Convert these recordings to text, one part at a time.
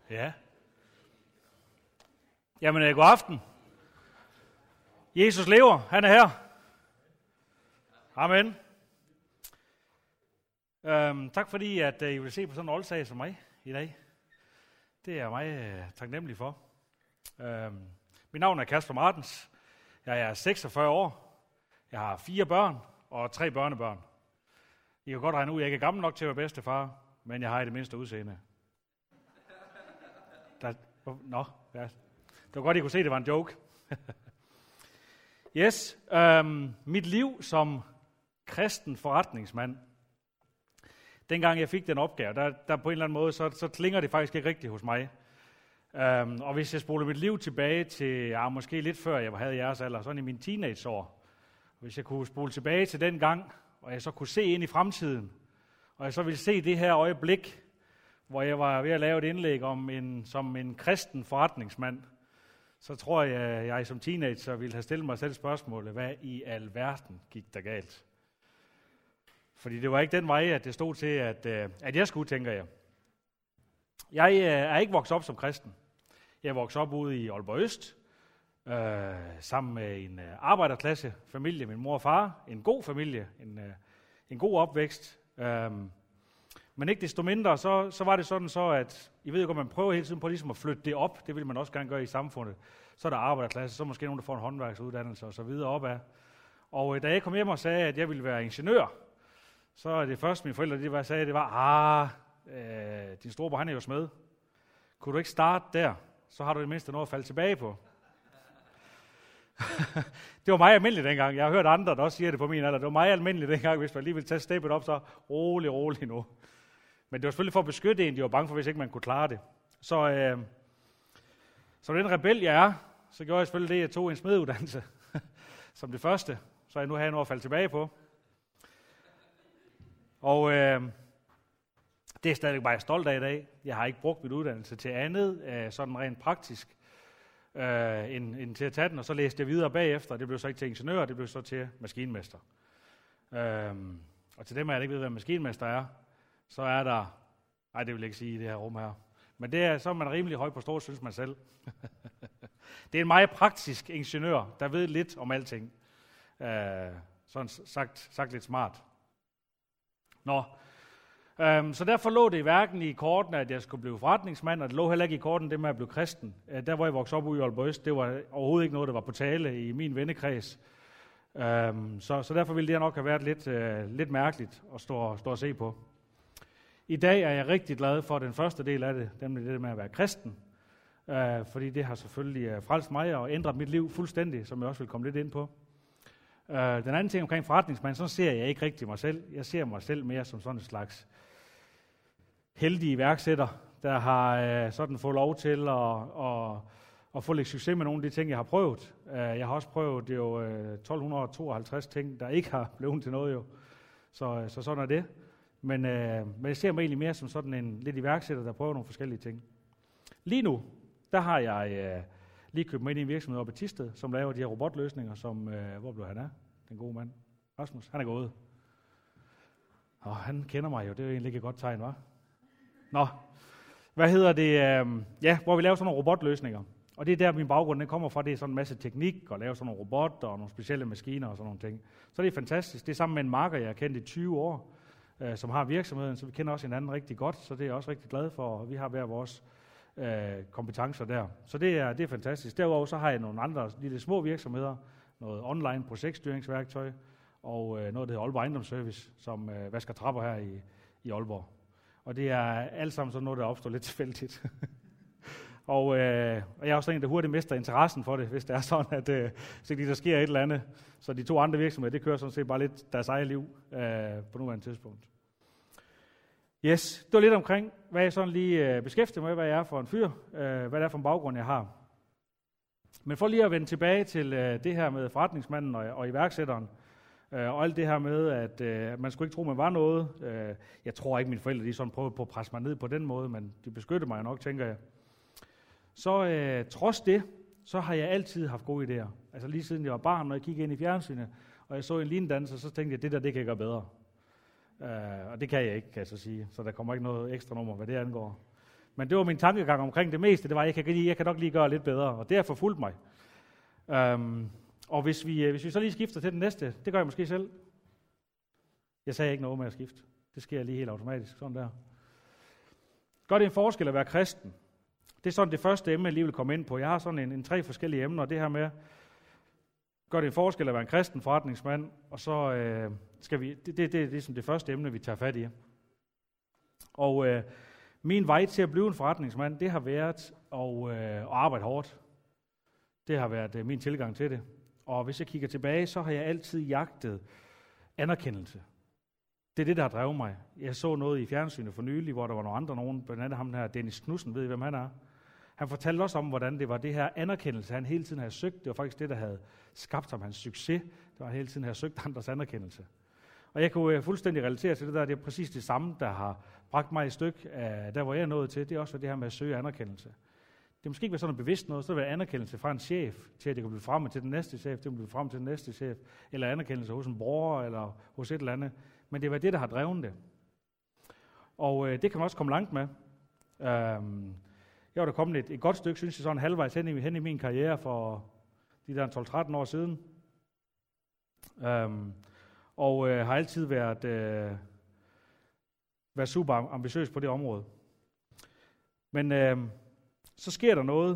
Ja. Jamen, god aften. Jesus lever, han er her. Amen. Tak fordi, at I vil se på sådan en oldsag som mig i dag. Det er jeg meget taknemmelig for. Mit navn er Kasper Martens. Jeg er 46 år. Jeg har 4 børn og 3 børnebørn. I kan godt regne ud, at jeg ikke er gammel nok til at være bedstefar, men jeg har i det mindste udseende. Ja. Det var godt, I kunne se, at det var en joke. Yes, mit liv som kristen forretningsmand. Dengang jeg fik den opgave, der på en eller anden måde, så klinger det faktisk ikke rigtigt hos mig. Og hvis jeg spoler mit liv tilbage til, måske lidt før jeg havde jeres alder, sådan i mine teenageår, hvis jeg kunne spole tilbage til den gang, og jeg så kunne se ind i fremtiden, og jeg så ville se det her øjeblik, hvor jeg var ved at lave et indlæg som en kristen forretningsmand, så tror jeg, jeg som teenager ville have stillet mig selv spørgsmålet, hvad i alverden gik der galt? Fordi det var ikke den vej, at det stod til, at jeg skulle, tænker jeg. Jeg er ikke vokset op som kristen. Jeg er vokset op ude i Aalborg Øst, sammen med en arbejderklassefamilie, min mor og far. En god familie, en god opvækst. Men ikke desto mindre, så var det sådan så, at I ved jo godt, man prøver hele tiden på ligesom at flytte det op. Det vil man også gerne gøre i samfundet. Så er der arbejderklasse, så er måske nogen, der får en håndværksuddannelse og så videre opad. Og da jeg kom hjem og sagde, at jeg ville være ingeniør, så er det første, mine forældre sagde, det var, din storebror, han er jo smed. Kunne du ikke starte der? Så har du det mindste noget at falde tilbage på. Det var meget almindeligt dengang. Jeg har hørt andre, der også siger det på min alder. Det var meget almindeligt dengang, hvis man lige ville tage steppet op, så rolig nu. Men det var selvfølgelig for at beskytte en, de var bange for, hvis ikke man kunne klare det. Så den rebel, jeg er, så gjorde jeg selvfølgelig det, at jeg tog en smeduddannelse som det første, så jeg nu har noget at falde tilbage på. Og det er stadig bare stolt af i dag. Jeg har ikke brugt min uddannelse til andet, sådan rent praktisk, end til at tage den, og så læste jeg videre bagefter. Det blev så ikke til ingeniør, det blev så til maskinmester. Og til dem, jeg ikke ved, hvad maskinmester er, så er der, nej, det vil jeg ikke sige i det her rum her, men så er man rimelig høj på strå, synes man selv. Det er en meget praktisk ingeniør, der ved lidt om alting. Sådan sagt lidt smart. Så derfor lå det hverken i kortene, at jeg skulle blive forretningsmand, og det lå heller ikke i kortene det med at blive kristen. Der, hvor jeg voksede op ude i Aalborg Øst, det var overhovedet ikke noget, der var på tale i min vennekreds. Så derfor ville det nok have været lidt mærkeligt at stå og se på. I dag er jeg rigtig glad for den første del af det, nemlig det med at være kristen. Fordi det har selvfølgelig frelst mig og ændret mit liv fuldstændig, som jeg også vil komme lidt ind på. Den anden ting omkring forretningsmand, så ser jeg ikke rigtig mig selv. Jeg ser mig selv mere som sådan en slags heldig iværksætter, der har sådan fået lov til at få lidt succes med nogle af de ting, jeg har prøvet. Jeg har også prøvet jo 1252 ting, der ikke har blevet til noget jo. Så sådan er det. Men jeg ser mig egentlig mere som sådan en lidt iværksætter, der prøver nogle forskellige ting. Lige nu, der har jeg lige købt mig ind i en virksomhed oppe i Thisted, som laver de her robotløsninger, hvor blev han af? Den gode mand. Rasmus, han er gået. Og han kender mig jo, det er jo egentlig ikke et godt tegn, hva'? Hvor vi laver sådan nogle robotløsninger. Og det er der, min baggrund den kommer fra, det er sådan en masse teknik, og lave sådan nogle robotter og nogle specielle maskiner og sådan nogle ting. Så det er fantastisk. Det er sammen med en makker, jeg har kendt i 20 år, som har virksomheden, så vi kender også hinanden rigtig godt, så det er jeg også rigtig glad for, og vi har hver vores kompetencer der. Så det er fantastisk. Derudover så har jeg nogle andre lille små virksomheder, noget online projektstyringsværktøj, og noget, der hedder Aalborg Ejendomsservice, som vasker trapper her i Aalborg. Og det er alt sammen sådan noget, der opstår lidt tilfældigt. og jeg er også en, der hurtigt mister interessen for det, hvis det er sådan, at der sker et eller andet. Så de 2 andre virksomheder, det kører sådan set bare lidt deres eget liv på nuværende tidspunkt. Yes, det var lidt omkring, hvad jeg sådan lige beskæftiger mig med, hvad jeg er for en fyr, hvad det er for en baggrund, jeg har. Men for lige at vende tilbage til det her med forretningsmanden og iværksætteren, og alt det her med, at man skulle ikke tro, man var noget. Jeg tror ikke, mine forældre de sådan prøvede på at presse mig ned på den måde, men de beskyttede mig nok, tænker jeg. Så trods det, så har jeg altid haft gode idéer. Altså lige siden jeg var barn, når jeg kiggede ind i fjernsynet, og jeg så en linedanser, så tænkte jeg, det kan jeg gøre bedre. Og det kan jeg ikke, kan jeg så sige. Så der kommer ikke noget ekstra nummer, hvad det angår. Men det var min tankegang omkring det meste, det var, at jeg kan nok lige gøre lidt bedre, og det har forfulgt mig. Og hvis vi så lige skifter til den næste, det gør jeg måske selv. Jeg sagde ikke noget med at skifte. Det sker lige helt automatisk, sådan der. Gør det en forskel at være kristen? Det er sådan det første emne, jeg lige vil komme ind på. Jeg har sådan en 3 forskellige emner, og det her med, gør det en forskel at være en kristen forretningsmand, og så skal vi, det er ligesom det første emne, vi tager fat i. Og min vej til at blive en forretningsmand, det har været at arbejde hårdt. Det har været min tilgang til det. Og hvis jeg kigger tilbage, så har jeg altid jagtet anerkendelse. Det er det, der har drevet mig. Jeg så noget i fjernsynet for nylig, hvor der var nogen, blandt andet ham her, Dennis Knudsen, ved I, hvem han er? Han fortalte også om, hvordan det var det her anerkendelse, han hele tiden havde søgt. Det var faktisk det, der havde skabt ham hans succes. Det var, han hele tiden havde søgt andres anerkendelse. Og jeg kunne fuldstændig relatere til det der. Det er præcis det samme, der har bragt mig et stykke af der, hvor jeg er nået til. Det er også det her med at søge anerkendelse. Det måske ikke være sådan bevidst noget, så det være anerkendelse fra en chef, til at det kan blive frem til den næste chef, det kan blive frem til den næste chef, eller anerkendelse hos en bror, eller hos et eller andet. Men det var det, der har drevet det. Og det kan man også komme langt med. Jeg var da kommet et godt stykke, synes jeg, sådan halvvejs hen i min karriere for de der 12-13 år siden. Og har altid været super ambitiøs på det område. Men så sker der noget.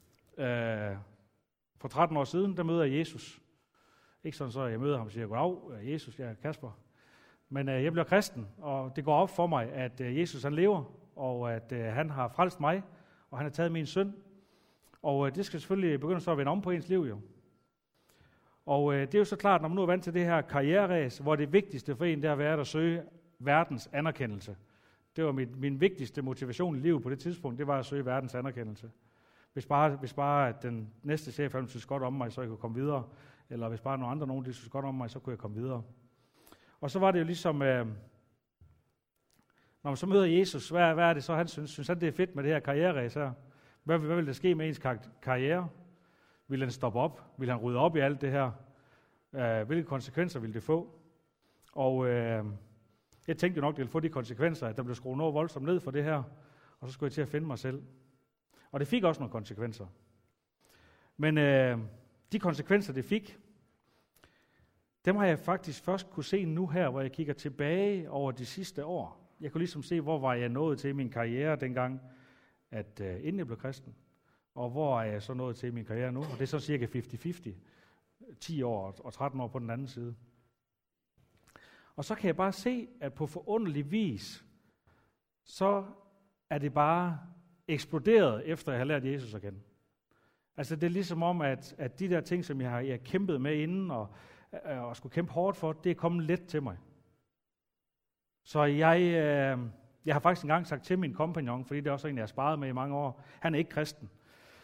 For 13 år siden, der møder jeg Jesus. Ikke sådan så, jeg møder ham og siger, goddag, Jesus, jeg er Kasper. Men jeg bliver kristen, og det går op for mig, at Jesus han lever, og at han har frelst mig, og han har taget min synd. Og det skal selvfølgelig begynde så at vende om på ens liv, jo. Og det er jo så klart, når man nu er vant til det her karriereræs, hvor det vigtigste for en, det har været at søge verdens anerkendelse. Det var min vigtigste motivation i livet på det tidspunkt, det var at søge verdens anerkendelse. Hvis bare at den næste chef, han synes godt om mig, så jeg kunne komme videre, eller hvis bare nogen de synes godt om mig, så kunne jeg komme videre. Og så var det jo ligesom, når man så møder Jesus, hvad er det så, han synes? Synes han, det er fedt med det her karriereræs her? Hvad vil der ske med ens karriere? Vil han stoppe op? Vil han rydde op i alt det her? Hvilke konsekvenser vil det få? Og jeg tænkte jo nok, det ville få de konsekvenser, at der blev skruet noget voldsomt ned for det her, og så skulle jeg til at finde mig selv. Og det fik også nogle konsekvenser. Men de konsekvenser, det fik, dem har jeg faktisk først kunne se nu her, hvor jeg kigger tilbage over de sidste år. Jeg kunne ligesom se, hvor var jeg nået til i min karriere dengang, inden jeg blev kristen. Og hvor er jeg så nået til i min karriere nu? Og det er så cirka 50-50. 10 år og 13 år på den anden side. Og så kan jeg bare se, at på forunderlig vis, så er det bare eksploderet, efter jeg har lært Jesus at kende. Altså det er ligesom om, at de der ting, som jeg har kæmpet med inden, og skulle kæmpe hårdt for, det er kommet let til mig. Så jeg har faktisk engang sagt til min kompagnon, fordi det er også en, jeg har sparet med i mange år, han er ikke kristen.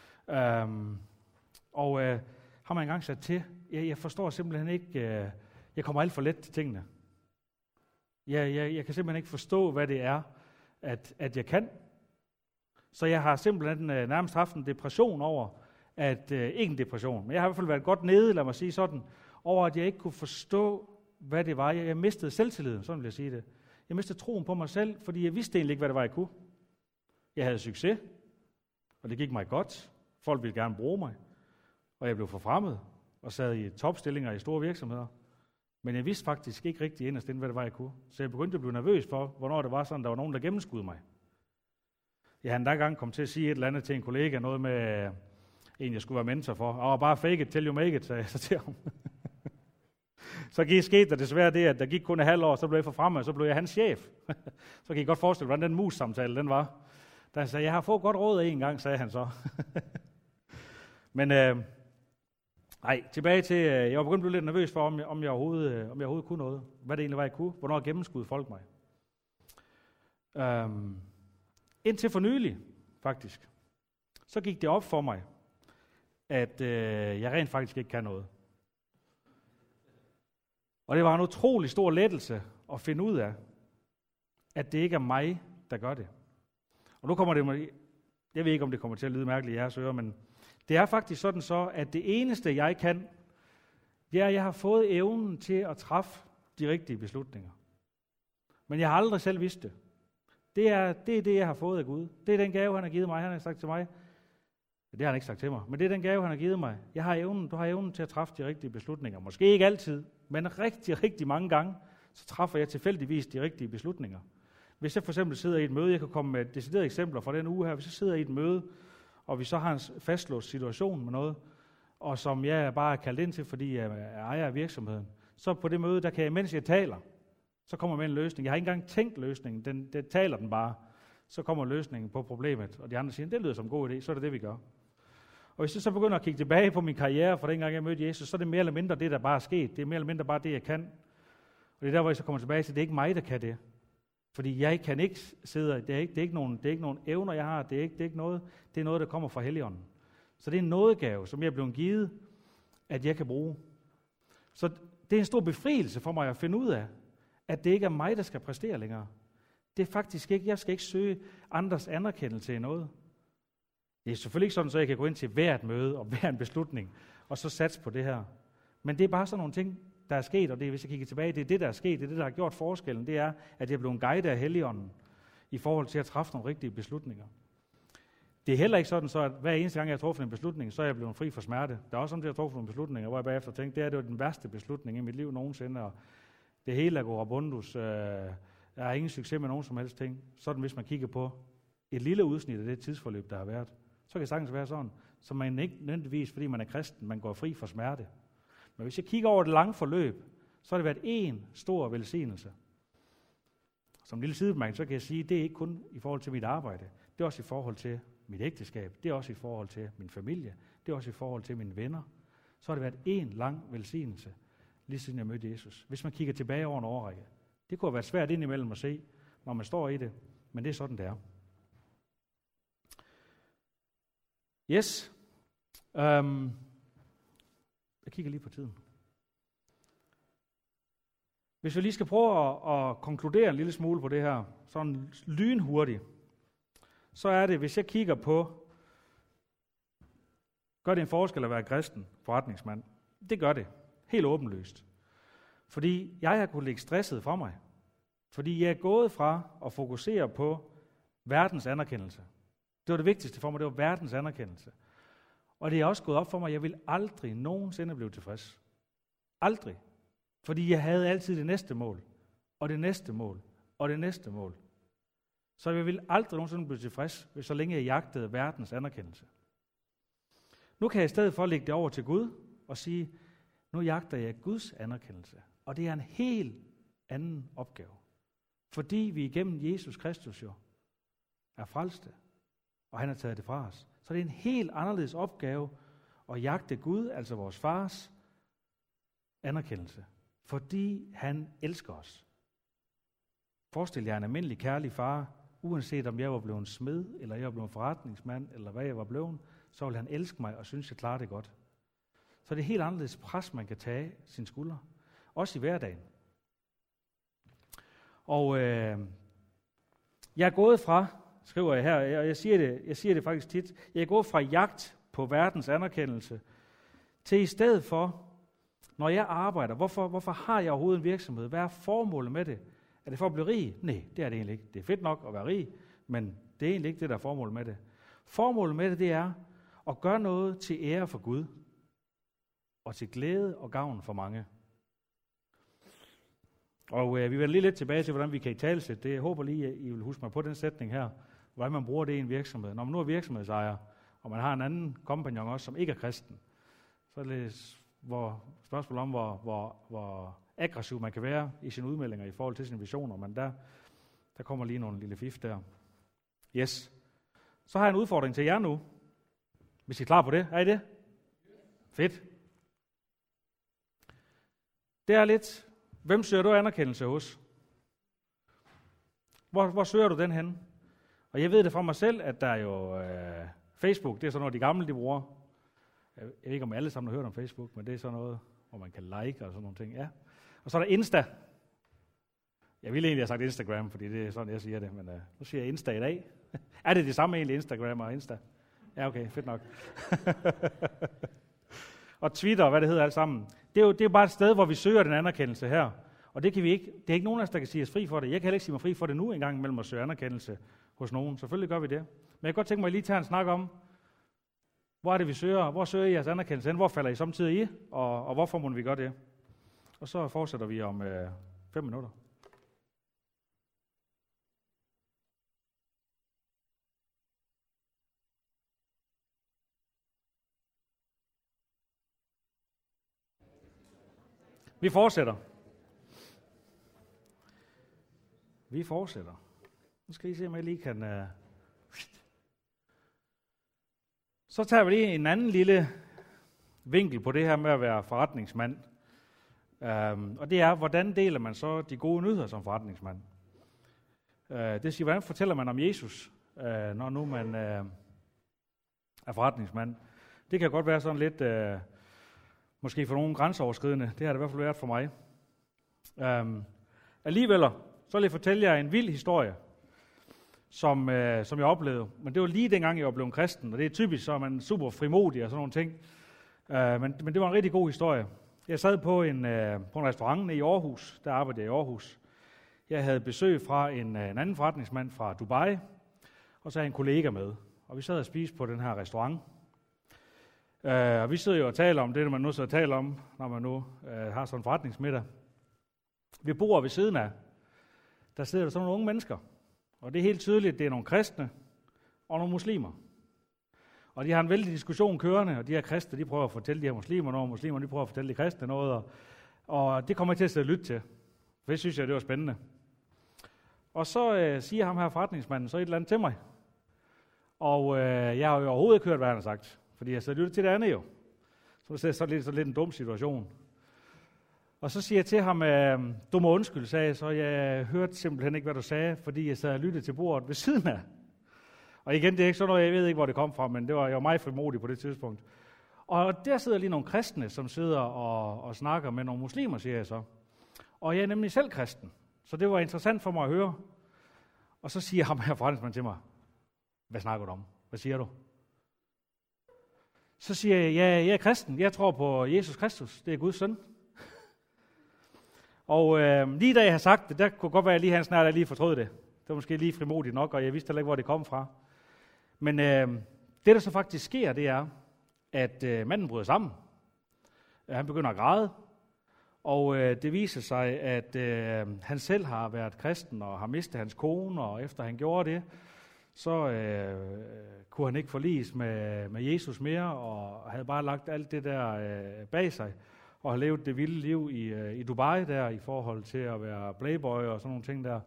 Har man engang sagt til, jeg forstår simpelthen ikke, jeg kommer alt for let til tingene. Jeg kan simpelthen ikke forstå, hvad det er, at jeg kan. Så jeg har simpelthen nærmest haft en depression over, ikke en depression, men jeg har i hvert fald været godt nede, lad mig sige sådan, over at jeg ikke kunne forstå, hvad det var. Jeg mistede selvtilliden, sådan vil jeg sige det. Jeg mistede troen på mig selv, fordi jeg vidste egentlig ikke, hvad det var, jeg kunne. Jeg havde succes, og det gik mig godt. Folk ville gerne bruge mig, og jeg blev forfremmet og sad i topstillinger i store virksomheder. Men jeg vidste faktisk ikke rigtig inderst inde, hvad det var, jeg kunne. Så jeg begyndte at blive nervøs for, hvornår det var sådan, der var nogen, der gennemskudde mig. Jeg havde endda gang kom til at sige et eller andet til en kollega, noget med en, jeg skulle være mentor for. Og bare fake it till you make it, sagde jeg så til ham. Så skete der desværre det, at der gik kun et halvt år, så blev jeg forfremmet, og så blev jeg hans chef. Så kan I godt forestille, hvordan den mus-samtale den var. Da han sagde, jeg har fået godt råd af en gang, sagde han så. Men tilbage til, jeg var begyndt at blive lidt nervøs for, om jeg overhovedet kunne noget. Hvad det egentlig var, jeg kunne. Hvornår gennemskudde folk mig. Indtil for nylig, faktisk, så gik det op for mig, at jeg rent faktisk ikke kan noget. Og det var en utrolig stor lettelse at finde ud af, at det ikke er mig, der gør det. Og nu kommer det, jeg ved ikke, om det kommer til at lyde mærkeligt i jeres ører, men det er faktisk sådan så, at det eneste, jeg kan, det er, at jeg har fået evnen til at træffe de rigtige beslutninger. Men jeg har aldrig selv vidst det. Det er det, jeg har fået af Gud. Det er den gave, han har givet mig. Han har sagt til mig, det har han ikke sagt til mig, men det er den gave, han har givet mig. Du har evnen til at træffe de rigtige beslutninger. Måske ikke altid, men rigtig, rigtig mange gange, så træffer jeg tilfældigvis de rigtige beslutninger. Hvis jeg for eksempel sidder i et møde, jeg kan komme med deciderede eksempler fra den uge her, hvis jeg sidder i et møde, og vi så har en fastlåst situation med noget, og som jeg bare er kaldt ind til, fordi jeg er ejer af virksomheden, så på det møde, der kan jeg, mens jeg taler, så kommer med en løsning. Jeg har ikke engang tænkt løsningen, det taler den bare. Så kommer løsningen på problemet, og de andre siger, det lyder som en god idé, så er det vi gør. Og hvis jeg så begynder at kigge tilbage på min karriere fra dengang jeg mødte Jesus, så er det mere eller mindre det, der bare er sket. Det er mere eller mindre bare det, jeg kan. Og det er der, hvor jeg så kommer tilbage til, det er ikke mig, der kan det. Fordi jeg kan ikke sidde, det er ikke nogen evner, jeg har, det er ikke noget, det er noget, der kommer fra Helligånden. Så det er en nådegave, som jeg er blevet givet, at jeg kan bruge. Så det er en stor befrielse for mig at finde ud af, at det ikke er mig, der skal præstere længere. Det er faktisk ikke, jeg skal ikke søge andres anerkendelse i noget. Det er selvfølgelig ikke sådan, så jeg kan gå ind til hvert møde og hver en beslutning, og så satse på det her. Men det er bare sådan nogle ting, der er sket, og det, hvis jeg kigger tilbage, det er det, der er sket, det er det, der har gjort forskellen, det er, at jeg blev en guide af Helligånden i forhold til at træffe nogle rigtige beslutninger. Det er heller ikke sådan, så at hver eneste gang, jeg har truffet en beslutning, så er jeg blevet fri for smerte. Der er også sådan, at jeg har truffet nogle beslutninger, hvor jeg bagefter tænkte, det var den værste beslutning i mit liv nogensinde, og det hele er gået rabundus. Jeg har ingen succes med nogen som helst ting. Sådan, hvis man kigger på et lille udsnit af det tidsforløb, der har været, så kan det sagtens være sådan, så man ikke nødvendigvis, fordi man er kristen, man går fri for smerte. Men hvis jeg kigger over det lange forløb, så har det været en stor velsignelse. Som lille sidebemærkning, så kan jeg sige, at det er ikke kun i forhold til mit arbejde. Det er også i forhold til mit ægteskab. Det er også i forhold til min familie. Det er også i forhold til mine venner. Så har det været en lang velsignelse, lige siden jeg mødte Jesus. Hvis man kigger tilbage over en årrække. Det kunne have været svært indimellem at se, når man står i det. Men det er sådan, det er. Yes. Jeg kigger lige på tiden. Hvis vi lige skal prøve at konkludere en lille smule på det her, sådan lynhurtigt, så er det, hvis jeg kigger på, gør det en forskel at være kristen forretningsmand? Det gør det. Helt åbenlyst. Fordi jeg har kunnet lægge stresset fra mig. Fordi jeg er gået fra at fokusere på verdens anerkendelse. Det var det vigtigste for mig, det var verdens anerkendelse. Og det er også gået op for mig, at jeg vil aldrig nogensinde blive tilfreds. Aldrig. Fordi jeg havde altid det næste mål, og det næste mål, og det næste mål. Så jeg vil aldrig nogensinde blive tilfreds, så længe jeg jagtede verdens anerkendelse. Nu kan jeg i stedet for lægge det over til Gud og sige, nu jagter jeg Guds anerkendelse. Og det er en helt anden opgave. Fordi vi igennem Jesus Kristus jo er frelste, og han har taget det fra os. Så det er en helt anderledes opgave at jagte Gud, altså vores fars anerkendelse. Fordi han elsker os. Forestil jer en almindelig kærlig far, uanset om jeg var blevet smed, eller jeg var blevet forretningsmand, eller hvad jeg var blevet, så vil han elske mig og synes, jeg klarer det godt. Så det er helt anderledes pres, man kan tage sin skulder. Også i hverdagen. Og jeg er gået fra, skriver jeg her, og jeg siger det faktisk tit, jeg er gået fra jagt på verdens anerkendelse, til i stedet for, når jeg arbejder, hvorfor har jeg overhovedet en virksomhed? Hvad er formålet med det? Er det for at blive rig? Nej, det er det egentlig ikke. Det er fedt nok at være rig, men det er egentlig ikke det, der er formålet med det. Formålet med det er at gøre noget til ære for Gud, og til glæde og gavn for mange. Og vi vender lige lidt tilbage til, hvordan vi kan italesætte det. Jeg håber lige, at I vil huske mig på den sætning her, hvordan man bruger det i en virksomhed. Når man nu er virksomhedsejer, og man har en anden kompagnon også, som ikke er kristen, så er det spørgsmål om, hvor aggressiv man kan være i sine udmeldinger i forhold til sine visioner, men der kommer lige nogle lille fif der. Yes. Så har jeg en udfordring til jer nu. Hvis I er klar på det, er I det? Fedt. Det er lidt, hvem søger du anerkendelse hos? Hvor søger du den hen? Og jeg ved det fra mig selv, at der er jo Facebook, det er sådan noget, de gamle de bruger. Jeg ved ikke, om alle sammen har hørt om Facebook, men det er sådan noget, hvor man kan like og sådan nogle ting. Ja. Og så er der Insta. Jeg ville egentlig have sagt Instagram, fordi det er sådan, jeg siger det, men nu siger jeg Insta i dag. Er det samme egentlig, Instagram og Insta? Ja, okay, fedt nok. Og Twitter, hvad det hedder alt sammen. Det er jo bare et sted, hvor vi søger den anerkendelse her. Og det kan vi ikke. Det er ikke nogen af os, der kan sige os fri for det. Jeg kan heller ikke sige mig fri for det nu engang mellem at søge anerkendelse hos nogen. Selvfølgelig gør vi det. Men jeg kan godt tænke mig at lige tage en snak om, hvor er det, vi søger? Hvor søger I jeres anerkendelse hen? Hvor falder I samtidig i? Og hvorfor må vi gøre det? Og så fortsætter vi om 5 minutter. Vi fortsætter. Nu skal I se, om jeg lige kan... Så tager vi lige en anden lille vinkel på det her med at være forretningsmand. Og det er, hvordan deler man så de gode nyheder som forretningsmand? Det siger, hvordan fortæller man om Jesus, når nu man er forretningsmand? Det kan godt være sådan lidt, måske for nogle grænseoverskridende. Det har det i hvert fald været for mig. Alligevel, så vil jeg fortælle jer en vild historie, som jeg oplevede. Men det var lige dengang, jeg var blevet kristen, og det er typisk, så er man super frimodig og sådan nogle ting. Men det var en rigtig god historie. Jeg sad på en restaurant i Aarhus, der arbejdede jeg i Aarhus. Jeg havde besøg fra en anden forretningsmand fra Dubai, og så havde en kollega med. Og vi sad og spiste på den her restaurant. Og vi sidder jo og taler om det, man nu sidder og taler om, når man nu har sådan en forretningsmiddag. Ved bordet ved siden af, der sidder der sådan nogle unge mennesker. Og det er helt tydeligt, det er nogle kristne og nogle muslimer. Og de har en vældig diskussion kørende, og de her kristne, de prøver at fortælle de her muslimer noget, og muslimer, de prøver at fortælle de kristne noget, og det kommer jeg til at sidde og lytte til. For det synes jeg, det var spændende. Og så siger ham her forretningsmanden så et eller andet til mig. Og jeg har jo overhovedet ikke hørt, hvad han har sagt, fordi jeg sidder og lytter til det andet jo. Så det er så lidt en dum situation. Og så siger jeg til ham, du må undskylde, sagde jeg, så jeg hørte simpelthen ikke, hvad du sagde, fordi jeg sad og lyttede til bordet ved siden af. Og igen, det er ikke sådan noget, jeg ved ikke, hvor det kom fra, men jeg var meget frimodig på det tidspunkt. Og der sidder lige nogle kristne, som sidder og snakker med nogle muslimer, siger jeg så. Og jeg er nemlig selv kristen, så det var interessant for mig at høre. Og så siger ham her forretningsmanden til mig, hvad snakker du om? Hvad siger du? Så siger jeg, ja, jeg er kristen, jeg tror på Jesus Kristus, det er Guds søn. Og lige da jeg har sagt det, der kunne godt være, at han snart lige fortrød det. Det var måske lige frimodigt nok, og jeg vidste heller ikke, hvor det kom fra. Men det, der så faktisk sker, det er, at manden bryder sammen. Han begynder at græde, og det viser sig, at han selv har været kristen og har mistet hans kone, og efter han gjorde det, så kunne han ikke forliges med Jesus mere, og havde bare lagt alt det der bag sig, og har levet det vilde liv i Dubai der, i forhold til at være playboy og sådan nogle ting der.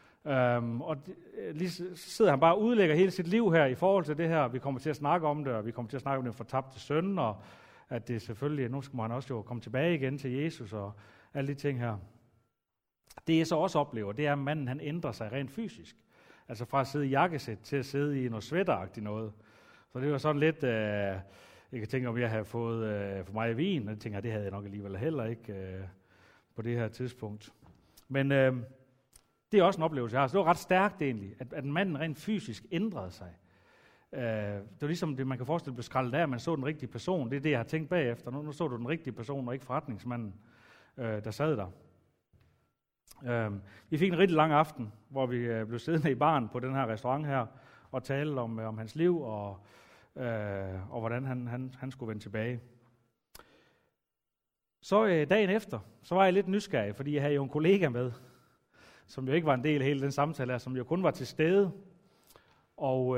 Lige sidder han bare og udlægger hele sit liv her i forhold til det her. Vi kommer til at snakke om det, og vi kommer til at snakke om den fortabte søn, og at det selvfølgelig, nu skal han også jo komme tilbage igen til Jesus, og alle de ting her. Det jeg så også oplever, det er, at manden han ændrer sig rent fysisk. Altså fra at sidde i jakkesæt til at sidde i noget sweateragtigt noget. Så det var sådan lidt, jeg kan tænke, om jeg havde fået for mig vin, og jeg tænker, det havde jeg nok alligevel heller ikke på det her tidspunkt. Men det er også en oplevelse, jeg har. Så det var ret stærkt egentlig, at manden rent fysisk ændrede sig. Det var ligesom det, man kan forestille blev skrællet af, at man så den rigtige person. Det er det, jeg har tænkt bagefter. Nu så du den rigtige person, og ikke forretningsmanden, der sad der. Vi fik en rigtig lang aften, hvor vi blev siddende i baren på den her restaurant her, og tale om hans liv, og hvordan han skulle vende tilbage. Så dagen efter, så var jeg lidt nysgerrig, fordi jeg havde jo en kollega med, som jo ikke var en del af hele den samtale her, som jo kun var til stede. Og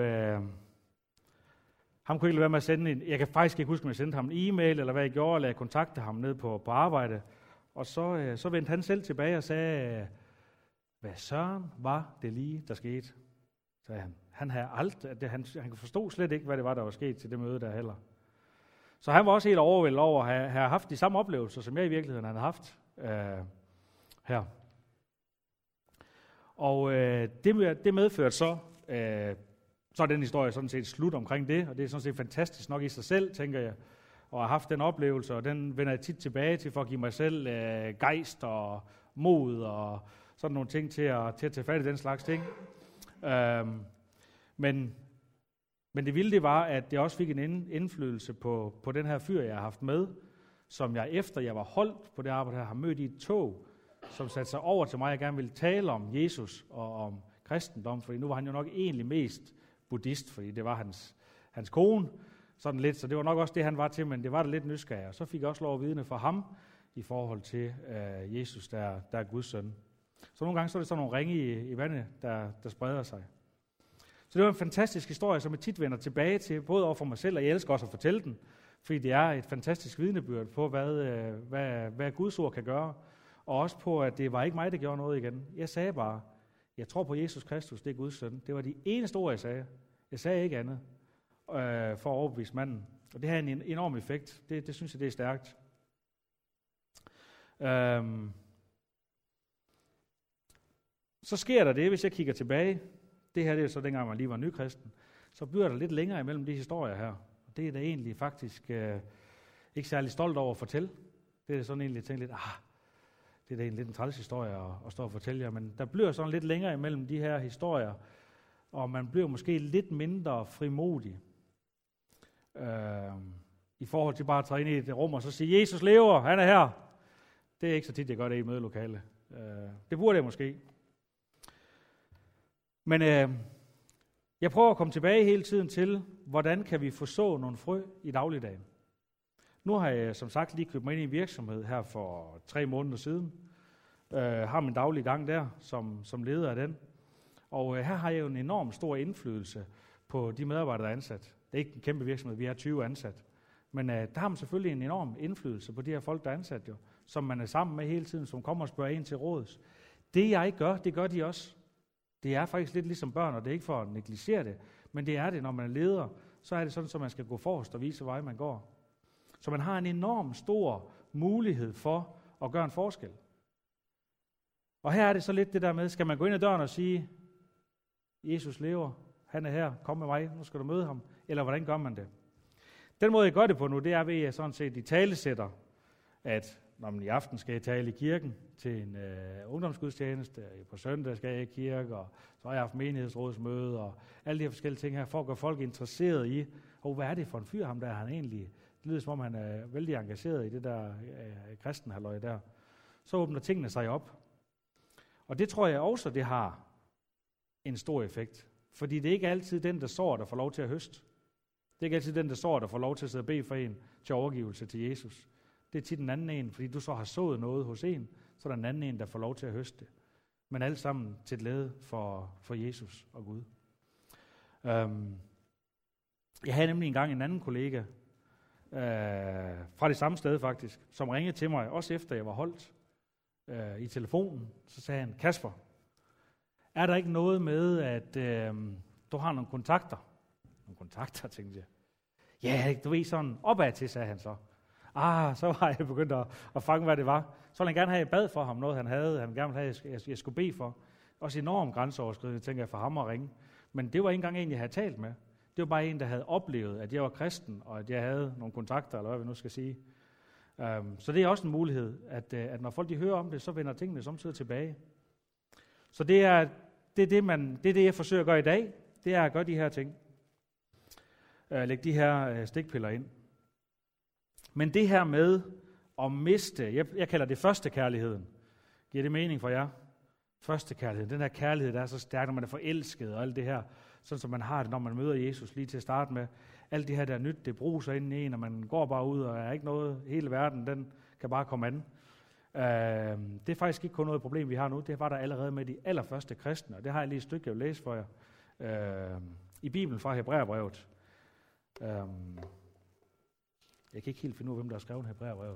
ham kunne ikke lade være med at sende en, jeg kan faktisk ikke huske, om jeg sendte ham en e-mail, eller hvad jeg gjorde, eller jeg kontaktede ham ned på arbejde. Og så vendte han selv tilbage og sagde, hvad søren var det lige, der skete? Sagde han. Han havde aldrig, han forstod slet ikke, hvad det var, der var sket til det møde der heller. Så han var også helt overvældet over at have haft de samme oplevelser, som jeg i virkeligheden havde haft her. Og det medførte så er den historie sådan set slut omkring det, og det er sådan set fantastisk nok i sig selv, tænker jeg, og har haft den oplevelse, og den vender jeg tit tilbage til for at give mig selv gejst og mod og sådan nogle ting til at tage fat i den slags ting. Men det vilde det var, at det også fik en indflydelse på den her fyr, jeg har haft med, som jeg efter jeg var holdt på det arbejde her, har mødt i et tog, som satte sig over til mig og gerne ville tale om Jesus og om kristendom, fordi nu var han jo nok egentlig mest buddhist, fordi det var hans kone, sådan lidt, så det var nok også det, han var til, men det var da lidt nysgerrig. Og så fik jeg også lov at vidne fra ham i forhold til Jesus, der er Guds søn. Så nogle gange så er det sådan nogle ringe i vandet, der spreder sig. Så det var en fantastisk historie, som jeg tit vender tilbage til, både over for mig selv, og jeg elsker også at fortælle den, fordi det er et fantastisk vidnebyrd på, hvad Guds ord kan gøre, og også på, at det var ikke mig, der gjorde noget igen. Jeg sagde bare, jeg tror på Jesus Kristus, det er Guds søn. Det var de eneste ord, jeg sagde. Jeg sagde ikke andet for at overbevise manden. Og det har en enorm effekt. Det synes jeg, det er stærkt. Så sker der det, hvis jeg kigger tilbage. Det her det er så dengang, man lige var nykristen. Så bliver der lidt længere imellem de historier her. Og det er da egentlig faktisk ikke særlig stolt over at fortælle. Det er sådan egentlig tænkt lidt, det er da egentlig lidt en træls historie at stå og fortælle jer. Men der bliver sådan lidt længere imellem de her historier. Og man bliver måske lidt mindre frimodig. I forhold til bare at træde ind i et rum og så sige, Jesus lever, han er her. Det er ikke så tit, jeg gør det i mødelokale. Det burde jeg måske. Men jeg prøver at komme tilbage hele tiden til, hvordan kan vi få så nogle frø i dagligdagen. Nu har jeg som sagt lige købt mig ind i en virksomhed her for 3 måneder siden. Har min daglige gang der som leder af den. Og her har jeg jo en enorm stor indflydelse på de medarbejdere, der er ansat. Det er ikke en kæmpe virksomhed, vi har 20 ansat. Men der har man selvfølgelig en enorm indflydelse på de her folk, der er ansat jo, som man er sammen med hele tiden, som kommer og spørger en til råds. Det jeg ikke gør, det gør de også. Det er faktisk lidt ligesom børn, og det er ikke for at negligere det, men det er det, når man er leder, så er det sådan, at man skal gå forrest og vise vej, man går. Så man har en enorm stor mulighed for at gøre en forskel. Og her er det så lidt det der med, skal man gå ind ad døren og sige, Jesus lever, han er her, kom med mig, nu skal du møde ham, eller hvordan gør man det? Den måde, jeg gør det på nu, det er ved, at jeg sådan set i talesætter, at når man i aften skal jeg tale i kirken til en ungdomsgudstjeneste, på søndag skal jeg i kirke, og så har jeg haft menighedsrådsmøde, og alle de her forskellige ting her, for at gøre folk interesseret i, hvad er det for en fyr, ham der, han egentlig, det lyder som om han er vældig engageret i det der kristenhalløj der. Så åbner tingene sig op. Og det tror jeg også, det har en stor effekt. Fordi det er ikke altid den, der sår, der får lov til at høste. Det er ikke altid den, der sår, der får lov til at sidde og bede for en til overgivelse til Jesus. Det er tit den anden en, fordi du så har sået noget hos en, så er der en anden en, der får lov til at høste. Men alt sammen til glæde for Jesus og Gud. Jeg havde nemlig engang en anden kollega, fra det samme sted faktisk, som ringede til mig, også efter jeg var holdt i telefonen. Så sagde han, Kasper, er der ikke noget med, at du har nogle kontakter? Nogle kontakter, tænkte jeg. Ja, du ved sådan opad til, sagde han så. Så var jeg begyndt at fange, hvad det var. Så ville han gerne have, at jeg bad for ham, noget han havde. Han gerne ville have, at jeg skulle bede for. Også enormt grænseoverskridende, tænker jeg, for ham at ringe. Men det var ikke engang en, jeg havde talt med. Det var bare en, der havde oplevet, at jeg var kristen, og at jeg havde nogle kontakter, eller hvad vi nu skal sige. Så det er også en mulighed, at når folk de hører om det, så vender tingene samtidig tilbage. Så det er det, jeg forsøger at gøre i dag. Det er at gøre de her ting. Lægge de her stikpiller ind. Men det her med at miste, jeg kalder det første kærligheden. Giver det mening for jer? Første kærlighed. Den her kærlighed, der er så stærk, når man er forelsket og alt det her. Sådan som man har det, når man møder Jesus lige til at starte med. Alt det her, der er nyt, det bruser ind i en, og man går bare ud, og er ikke noget, hele verden, den kan bare komme an. Det er faktisk ikke kun noget problem, vi har nu. Det var der allerede med de allerførste kristne, og det har jeg lige et stykke, jeg vil læse for jer. I Bibelen fra Hebræerbrevet. Jeg kan ikke helt finde ud af, hvem der har skrevet Hebræerbrevet.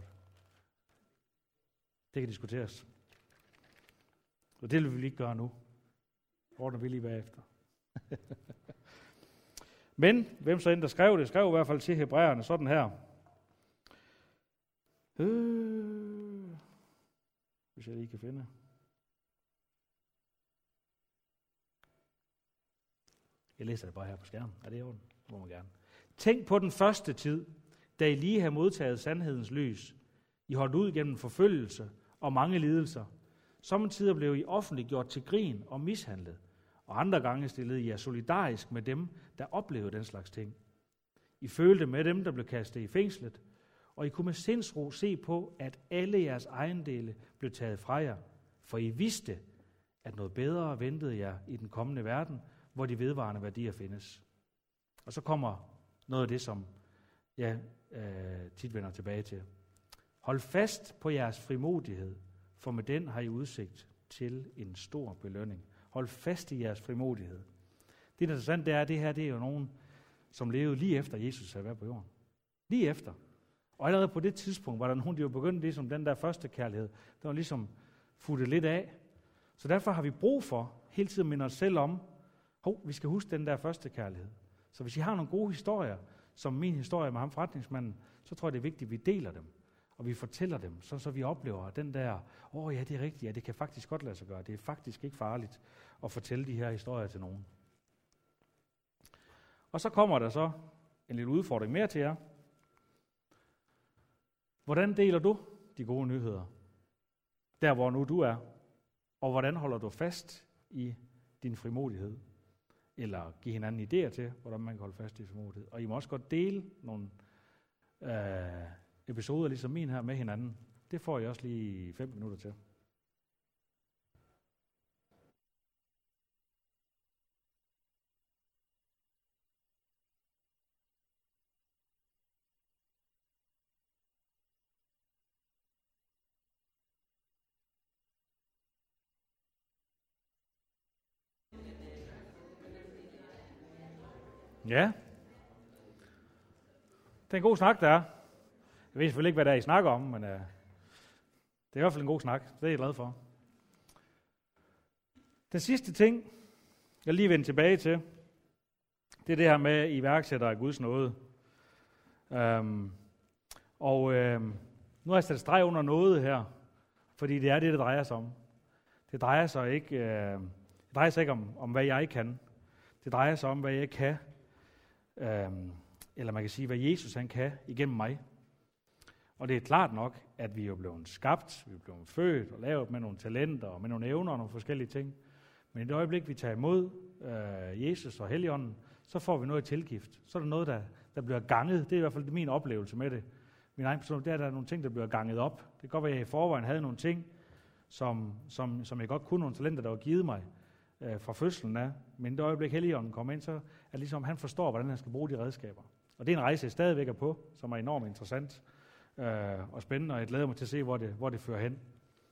Det kan diskuteres. Og det vil vi ikke gøre nu. Ordner vi lige bagefter. Men, hvem så end der skrev det, skrev i hvert fald til hebræerne sådan her. Hvis jeg lige kan finde. Jeg læser det bare her på skærmen. Er det i orden? Det må man gerne. Tænk på den første tid, da I lige har modtaget sandhedens lys. I holdt ud gennem forfølgelse og mange lidelser. Sommetider blev I offentligt gjort til grin og mishandlet, og andre gange stillede I jer solidarisk med dem, der oplevede den slags ting. I følte med dem, der blev kastet i fængslet, og I kunne med sindsro se på, at alle jeres ejendele blev taget fra jer. For I vidste, at noget bedre ventede jer i den kommende verden, hvor de vedvarende værdier findes. Og så kommer noget af det, som jeg tit vender tilbage til. Hold fast på jeres frimodighed, for med den har I udsigt til en stor belønning. Hold fast i jeres frimodighed. Det interessante er, at det her det er jo nogen, som levede lige efter Jesus havde været på jorden. Lige efter. Og allerede på det tidspunkt var der nogen, der jo begyndte ligesom den der første kærlighed. Der var ligesom futtet lidt af. Så derfor har vi brug for hele tiden at minde os selv om, vi skal huske den der første kærlighed. Så hvis I har nogle gode historier, som min historie med ham forretningsmanden, så tror jeg, det er vigtigt, at vi deler dem. Og vi fortæller dem, så vi oplever den der, ja, det er rigtigt, ja, det kan faktisk godt lade sig gøre. Det er faktisk ikke farligt at fortælle de her historier til nogen. Og så kommer der så en lille udfordring mere til jer. Hvordan deler du de gode nyheder? Der, hvor nu du er. Og hvordan holder du fast i din frimodighed? Eller give hinanden idéer til, hvordan man kan holde fast i frimodighed. Og I må også godt dele nogle episoder, ligesom min her, med hinanden. Det får I også lige 5 minutter til. Ja. Det er en god snak, der er. Jeg ved selvfølgelig ikke, hvad det er, I snakker om, men det er i hvert fald en god snak. Det er jeg glad for. Den sidste ting, jeg lige vender tilbage til, det er det her med iværksætter af Guds nåde. Nu har jeg sat streg under noget her, fordi det er det drejer sig om. Det drejer sig ikke om, hvad jeg kan. Det drejer sig om, hvad jeg kan. Eller man kan sige, hvad Jesus han kan igennem mig. Og det er klart nok, at vi er jo blevet skabt, vi er blevet født og lavet med nogle talenter og med nogle evner og nogle forskellige ting. Men i det øjeblik, vi tager imod Jesus og Helligånden, så får vi noget i tilgift. Så er der noget, der bliver ganget. Det er i hvert fald min oplevelse med det. Min egen person, det er, at der er nogle ting, der bliver ganget op. Det kan godt være, at jeg i forvejen havde nogle ting, som jeg godt kunne, nogle talenter, der var givet mig fra fødslen af. Men i det øjeblik, Helligånden kommer ind, så er det ligesom, han forstår, hvordan han skal bruge de redskaber. Og det er en rejse, jeg stadigvæk er på, som er enormt interessant og spændende, og jeg glæder mig til at se, hvor det fører hen.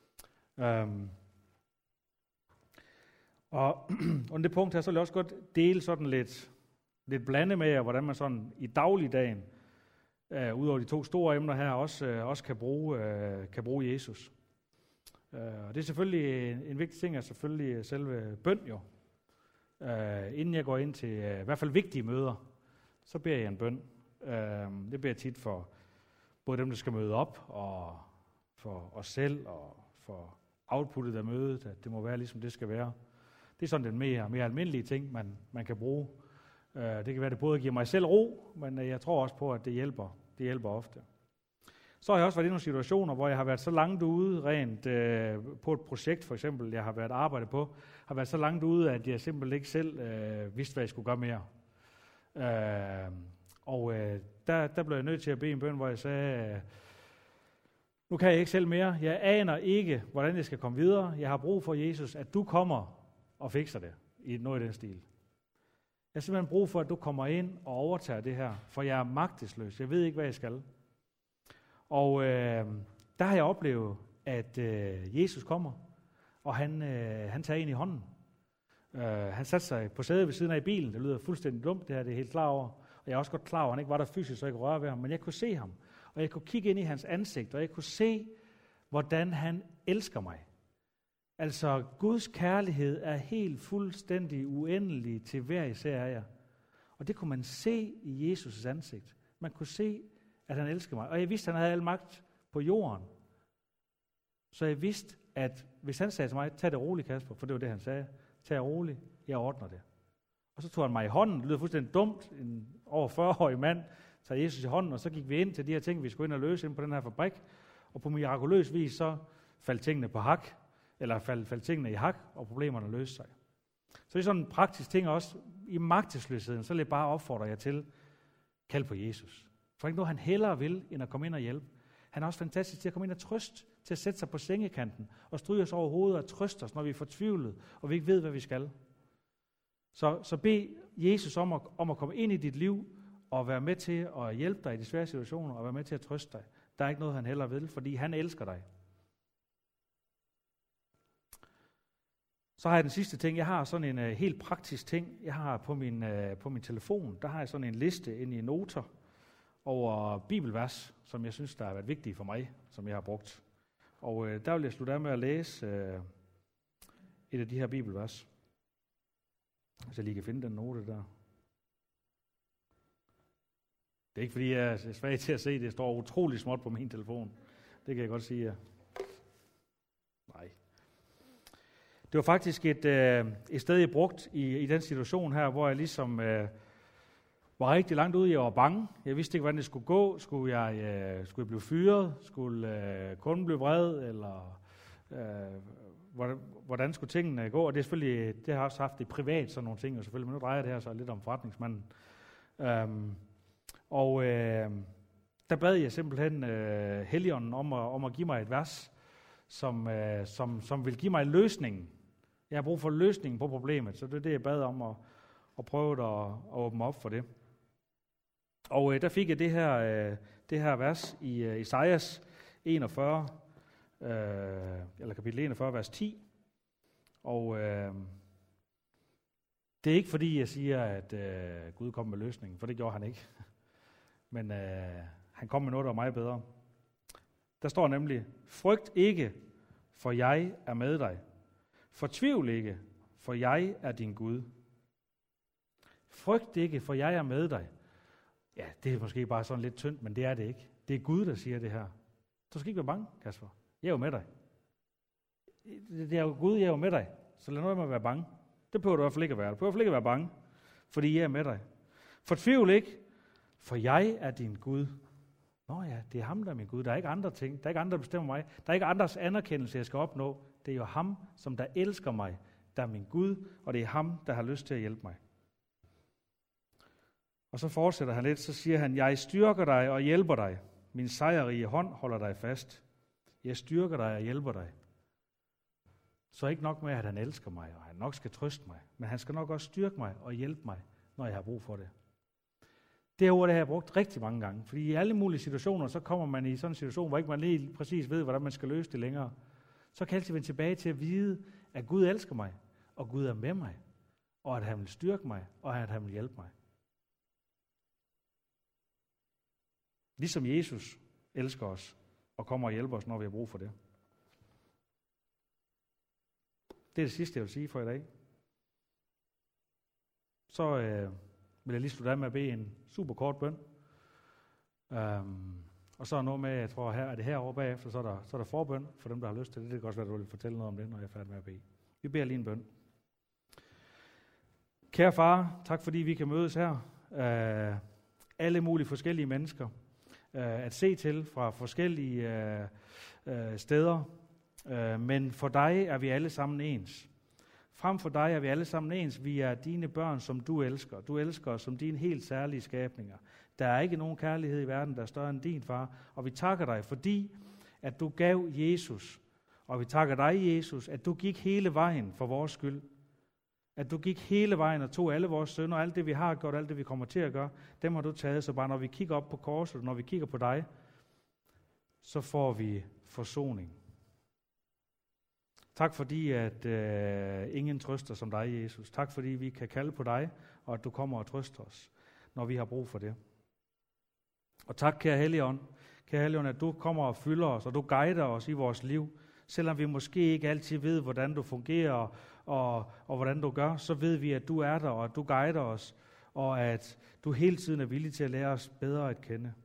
Og under det punkt her, så vil jeg også godt dele sådan lidt blande med jer, hvordan man sådan i dagligdagen, udover de 2 store emner her, også kan bruge Jesus. Og det er selvfølgelig en vigtig ting, er selvfølgelig selve bøn jo. Inden jeg går ind til i hvert fald vigtige møder, så beder jeg en bøn. Det beder jeg tit for både dem, der skal møde op, og for os selv, og for outputtet af mødet, at det må være ligesom det skal være. Det er sådan den mere almindelige ting, man kan bruge. Det kan være, det både giver mig selv ro, men jeg tror også på, at det hjælper ofte. Så har jeg også været i nogle situationer, hvor jeg har været så langt ude, rent på et projekt for eksempel, jeg har været arbejdet på, har været så langt ude, at jeg simpelthen ikke selv vidste, hvad jeg skulle gøre mere. Der blev jeg nødt til at bede en bøn, hvor jeg sagde, nu kan jeg ikke selv mere, jeg aner ikke, hvordan jeg skal komme videre, jeg har brug for, Jesus, at du kommer og fikser det, i noget i den stil. Jeg har simpelthen brug for, at du kommer ind og overtager det her, for jeg er magtesløs, jeg ved ikke, hvad jeg skal. Og der har jeg oplevet, at Jesus kommer, og han tager en i hånden. Han satte sig på sædet ved siden af i bilen. Det lyder fuldstændig dumt, det her, det er helt klar over. Og jeg er også godt klar over, at han ikke var der fysisk, så jeg kunne røre ved ham. Men jeg kunne se ham, og jeg kunne kigge ind i hans ansigt, og jeg kunne se, hvordan han elsker mig. Altså, Guds kærlighed er helt fuldstændig uendelig til hver især af jer. Og det kunne man se i Jesus' ansigt. Man kunne se, at han elsker mig. Og jeg vidste, at han havde al magt på jorden. Så jeg vidste, at hvis han sagde til mig, tag det roligt, Kasper, for det var det, han sagde, tag det roligt, jeg ordner det. Og så tog han mig i hånden, det lyder fuldstændig dumt, en over 40-årig mand tager Jesus i hånden, og så gik vi ind til de her ting, vi skulle ind og løse ind på den her fabrik, og på mirakuløs vis, så faldt tingene på hak, eller faldt tingene i hak, og problemerne løste sig. Så det er sådan en praktisk ting også, i magtesløsheden, så vil jeg bare opfordre jer til, kald på Jesus. For ikke noget, han hellere vil, end at komme ind og hjælpe. Han er også fantastisk til at komme ind og trøste til at sætte sig på sengekanten og stryge os over hovedet og trøste os, når vi er fortvivlet, og vi ikke ved, hvad vi skal. Så bed Jesus om at komme ind i dit liv og være med til at hjælpe dig i de svære situationer og være med til at trøste dig. Der er ikke noget, han heller vil, fordi han elsker dig. Så har jeg den sidste ting. Jeg har sådan en helt praktisk ting. Jeg har på min telefon, der har jeg sådan en liste inde i noter over bibelvers, som jeg synes, der har været vigtige for mig, som jeg har brugt. Og der vil jeg slutte af med at læse et af de her bibelvers. Hvis jeg lige kan finde den note der. Det er ikke, fordi jeg er svag til at se, det står utrolig småt på min telefon. Det kan jeg godt sige. Nej. Det var faktisk et sted, jeg brugt i den situation her, hvor jeg ligesom var rigtig langt ude. Jeg var bange. Jeg vidste ikke, hvordan det skulle gå. Skulle jeg blive fyret? Skulle kunden blive vred? Eller hvordan skulle tingene gå? Og det er selvfølgelig, det har jeg også haft det privat, sådan nogle ting, og selvfølgelig, men nu drejer det her så lidt om forretningsmanden. Der bad jeg simpelthen Helligånden om at give mig et vers, som vil give mig løsningen. Jeg har brug for løsningen på problemet, så det er det, jeg bad om at prøve at åbne op for det. Og der fik jeg det her vers i Esajas 41, eller kapitel 41, vers 10. Og det er ikke fordi, jeg siger, at Gud kom med løsningen, for det gjorde han ikke. Men han kom med noget, der var meget bedre. Der står nemlig, frygt ikke, for jeg er med dig. Fortvivl ikke, for jeg er din Gud. Frygt ikke, for jeg er med dig. Ja, det er måske bare sådan lidt tyndt, men det er det ikke. Det er Gud, der siger det her. Du skal ikke være bange, Kasper. Jeg er jo med dig. Det er jo Gud, jeg er jo med dig. Så lad noget med at være bange. Det behøver du i hvert fald ikke at være. Du behøver i hvert fald ikke at være bange, fordi jeg er med dig. Fortvivl ikke, for jeg er din Gud. Nå ja, det er ham, der er min Gud. Der er ikke andre ting. Der er ikke andre, der bestemmer mig. Der er ikke andres anerkendelse, jeg skal opnå. Det er jo ham, som der elsker mig, der er min Gud, og det er ham, der har lyst til at hjælpe mig. Og så fortsætter han lidt, så siger han, jeg styrker dig og hjælper dig. Min sejrrige hånd holder dig fast. Jeg styrker dig og hjælper dig. Så ikke nok med, at han elsker mig, og han nok skal trøste mig, men han skal nok også styrke mig og hjælpe mig, når jeg har brug for det. Det ord, det har jeg brugt rigtig mange gange, fordi i alle mulige situationer, så kommer man i sådan en situation, hvor ikke man lige præcis ved, hvordan man skal løse det længere. Så kan jeg altid vende tilbage til at vide, at Gud elsker mig, og Gud er med mig, og at han vil styrke mig, og at han vil hjælpe mig. Ligesom Jesus elsker os, og kommer og hjælper os, når vi har brug for det. Det er det sidste, jeg vil sige for i dag. Så vil jeg lige slutte af med at bede en super kort bøn. Og så er noget med, jeg tror, her er det herovre bagefter, så er der forbøn for dem, der har lyst til det. Det kan også være, at du vil fortælle noget om det, når jeg er færdig med at bede. Vi beder lige en bøn. Kære far, tak fordi vi kan mødes her. Alle mulige forskellige mennesker. At se til fra forskellige steder. Men for dig er vi alle sammen ens. Frem for dig er vi alle sammen ens. Vi er dine børn, som du elsker. Du elsker os som dine helt særlige skabninger. Der er ikke nogen kærlighed i verden, der er større end din, far. Og vi takker dig, fordi at du gav Jesus. Og vi takker dig, Jesus, at du gik hele vejen for vores skyld. At du gik hele vejen og tog alle vores synder, alt det vi har gjort, alt det vi kommer til at gøre, dem har du taget. Så bare når vi kigger op på korset, når vi kigger på dig, så får vi forsoning. Tak fordi, at ingen trøster som dig, Jesus. Tak fordi vi kan kalde på dig, og at du kommer og trøster os, når vi har brug for det. Og tak, kære Helligånd. Kære Helligånd, at du kommer og fylder os, og du guider os i vores liv. Selvom vi måske ikke altid ved, hvordan du fungerer, og hvordan du gør, så ved vi, at du er der, og at du guider os, og at du hele tiden er villig til at lære os bedre at kende.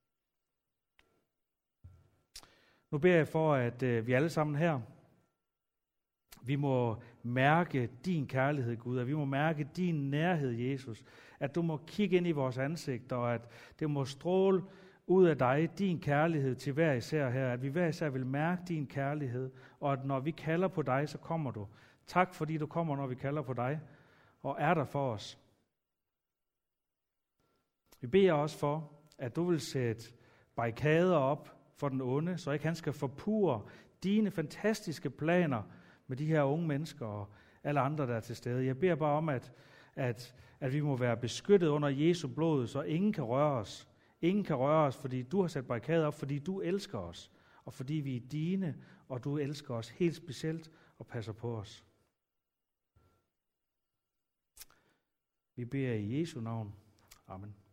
Nu beder jeg for, at vi alle sammen her, vi må mærke din kærlighed, Gud, og vi må mærke din nærhed, Jesus. At du må kigge ind i vores ansigt, og at det må stråle ud af dig, din kærlighed til hver især her. At vi hver især vil mærke din kærlighed, og at når vi kalder på dig, så kommer du. Tak fordi du kommer, når vi kalder på dig, og er der for os. Vi beder også for, at du vil sætte barrikader op for den onde, så ikke han skal forpurre dine fantastiske planer med de her unge mennesker og alle andre, der er til stede. Jeg beder bare om, at vi må være beskyttet under Jesu blod, så ingen kan røre os. Ingen kan røre os, fordi du har sat barrikader op, fordi du elsker os, og fordi vi er dine, og du elsker os helt specielt og passer på os. Vi beder i Jesu navn. Amen.